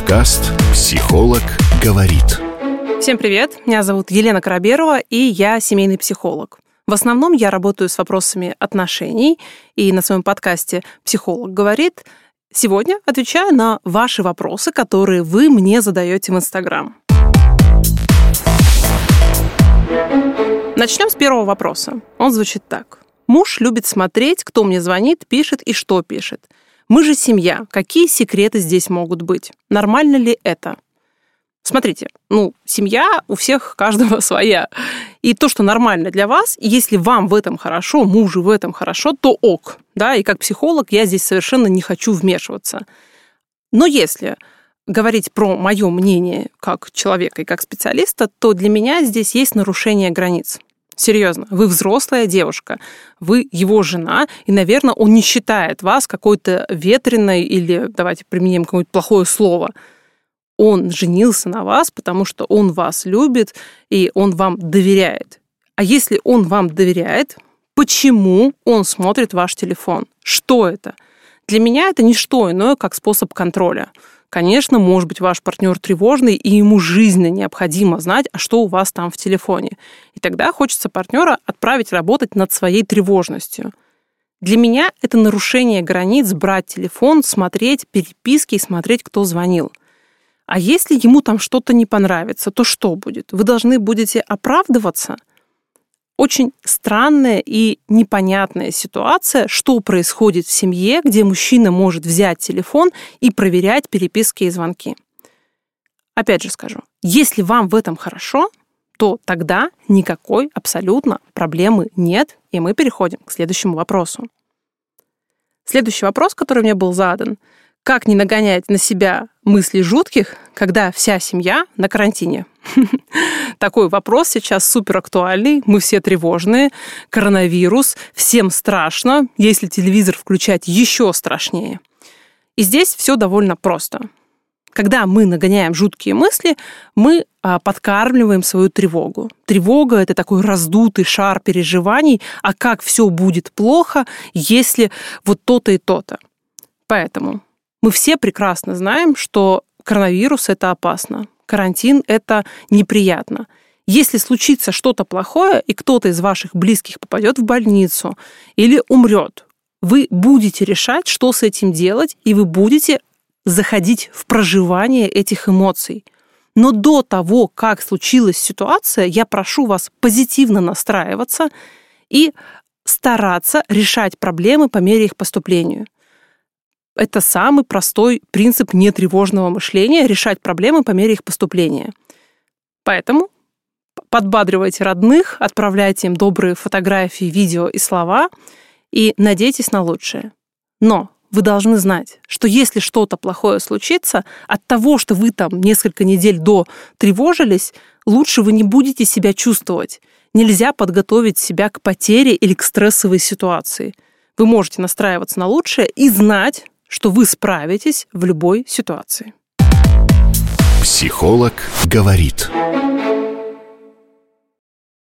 Подкаст «Психолог говорит». Всем привет, меня зовут Елена Короберова, и я семейный психолог. В основном я работаю с вопросами отношений, и на своем подкасте «Психолог говорит» сегодня отвечаю на ваши вопросы, которые вы мне задаете в Инстаграм. Начнем с первого вопроса. Он звучит так. Муж любит смотреть, кто мне звонит, пишет и что пишет. Мы же семья. Какие секреты здесь могут быть? Нормально ли это? Смотрите, семья у всех, каждого своя. И то, что нормально для вас, если вам в этом хорошо, мужу в этом хорошо, то ок. Да? И как психолог я здесь совершенно не хочу вмешиваться. Но если говорить про мое мнение как человека и как специалиста, то для меня здесь есть нарушение границ. Серьезно, вы взрослая девушка, вы его жена, и, наверное, он не считает вас какой-то ветреной или, давайте применим какое-то плохое слово. Он женился на вас, потому что он вас любит, и он вам доверяет. А если он вам доверяет, почему он смотрит ваш телефон? Что это? Для меня это не что иное, как способ контроля. Конечно, может быть, ваш партнер тревожный, и ему жизненно необходимо знать, а что у вас там в телефоне. И тогда хочется партнера отправить работать над своей тревожностью. Для меня это нарушение границ брать телефон, смотреть переписки и смотреть, кто звонил. А если ему там что-то не понравится, то что будет? Вы должны будете оправдываться? Очень странная и непонятная ситуация, что происходит в семье, где мужчина может взять телефон и проверять переписки и звонки. Опять же скажу, если вам в этом хорошо, то тогда никакой абсолютно проблемы нет, и мы переходим к следующему вопросу. Следующий вопрос, который мне был задан: как не нагонять на себя мысли жутких, когда вся семья на карантине? Такой вопрос сейчас супер актуальный, мы все тревожные, коронавирус, всем страшно, если телевизор включать, еще страшнее. И здесь все довольно просто. Когда мы нагоняем жуткие мысли, мы подкармливаем свою тревогу. Тревога – это такой раздутый шар переживаний, а как все будет плохо, если вот то-то и то-то. Поэтому мы все прекрасно знаем, что коронавирус – это опасно. Карантин – это неприятно. Если случится что-то плохое, и кто-то из ваших близких попадет в больницу или умрет, вы будете решать, что с этим делать, и вы будете заходить в проживание этих эмоций. Но до того, как случилась ситуация, я прошу вас позитивно настраиваться и стараться решать проблемы по мере их поступления. Это самый простой принцип нетревожного мышления – решать проблемы по мере их поступления. Поэтому подбадривайте родных, отправляйте им добрые фотографии, видео и слова и надейтесь на лучшее. Но вы должны знать, что если что-то плохое случится, от того, что вы там несколько недель до тревожились, лучше вы не будете себя чувствовать. Нельзя подготовить себя к потере или к стрессовой ситуации. Вы можете настраиваться на лучшее и знать, что вы справитесь в любой ситуации. Психолог говорит.